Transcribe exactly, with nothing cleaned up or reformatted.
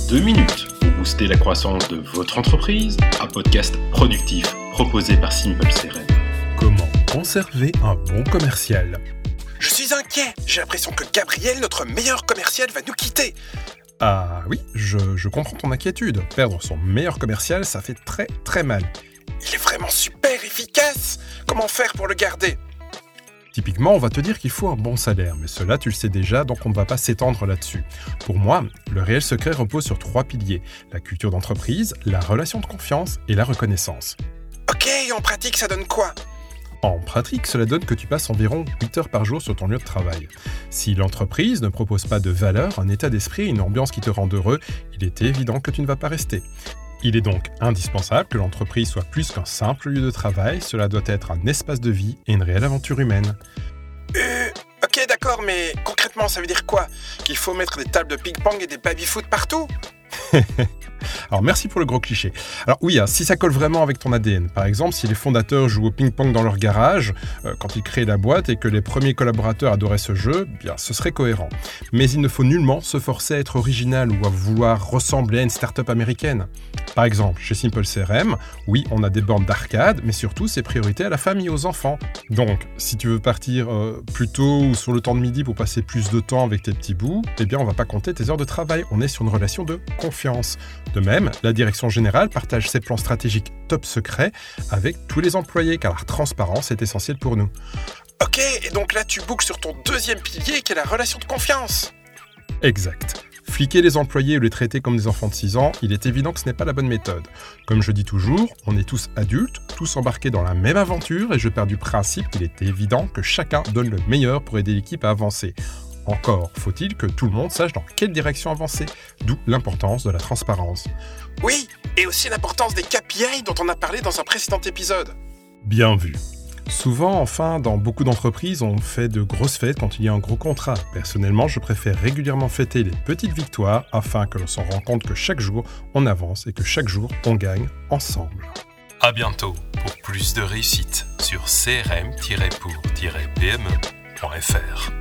deux minutes pour booster la croissance de votre entreprise, un podcast productif proposé par Simple C R M. Comment conserver un bon commercial ? Je suis inquiet, j'ai l'impression que Gabriel, notre meilleur commercial, va nous quitter. Ah oui, je, je comprends ton inquiétude. Perdre son meilleur commercial, ça fait très très mal. Il est vraiment super efficace. Comment faire pour le garder ? Typiquement, on va te dire qu'il faut un bon salaire, mais cela tu le sais déjà, donc on ne va pas s'étendre là-dessus. Pour moi, le réel secret repose sur trois piliers, la culture d'entreprise, la relation de confiance et la reconnaissance. Ok, en pratique, ça donne quoi ? En pratique, cela donne que tu passes environ huit heures par jour sur ton lieu de travail. Si l'entreprise ne propose pas de valeur, un état d'esprit et une ambiance qui te rendent heureux, il est évident que tu ne vas pas rester. Il est donc indispensable que l'entreprise soit plus qu'un simple lieu de travail, cela doit être un espace de vie et une réelle aventure humaine. Euh, ok d'accord, mais concrètement ça veut dire quoi ? Qu'il faut mettre des tables de ping-pong et des baby-foot partout ? Alors merci pour le gros cliché. Alors oui, hein, si ça colle vraiment avec ton A D N, par exemple si les fondateurs jouent au ping-pong dans leur garage euh, quand ils créent la boîte et que les premiers collaborateurs adoraient ce jeu, bien ce serait cohérent. Mais il ne faut nullement se forcer à être original ou à vouloir ressembler à une start-up américaine. Par exemple, chez Simple C R M, oui, on a des bornes d'arcade, mais surtout c'est priorité à la famille et aux enfants. Donc, si tu veux partir euh, plus tôt ou sur le temps de midi pour passer plus de temps avec tes petits bouts, eh bien on va pas compter tes heures de travail, on est sur une relation de confiance. De même, la direction générale partage ses plans stratégiques top secrets avec tous les employés, car la transparence est essentielle pour nous. Ok, et donc là tu boucles sur ton deuxième pilier qui est la relation de confiance. Exact. Fliquer les employés ou les traiter comme des enfants de six ans, il est évident que ce n'est pas la bonne méthode. Comme je dis toujours, on est tous adultes, tous embarqués dans la même aventure et je pars du principe qu'il est évident que chacun donne le meilleur pour aider l'équipe à avancer. Encore faut-il que tout le monde sache dans quelle direction avancer, d'où l'importance de la transparence. Oui, et aussi l'importance des K P I dont on a parlé dans un précédent épisode. Bien vu. Souvent, enfin, dans beaucoup d'entreprises, on fait de grosses fêtes quand il y a un gros contrat. Personnellement, je préfère régulièrement fêter les petites victoires afin que l'on s'en rende compte que chaque jour, on avance et que chaque jour, on gagne ensemble. À bientôt pour plus de réussite sur c r m tiret pour tiret p m e point f r.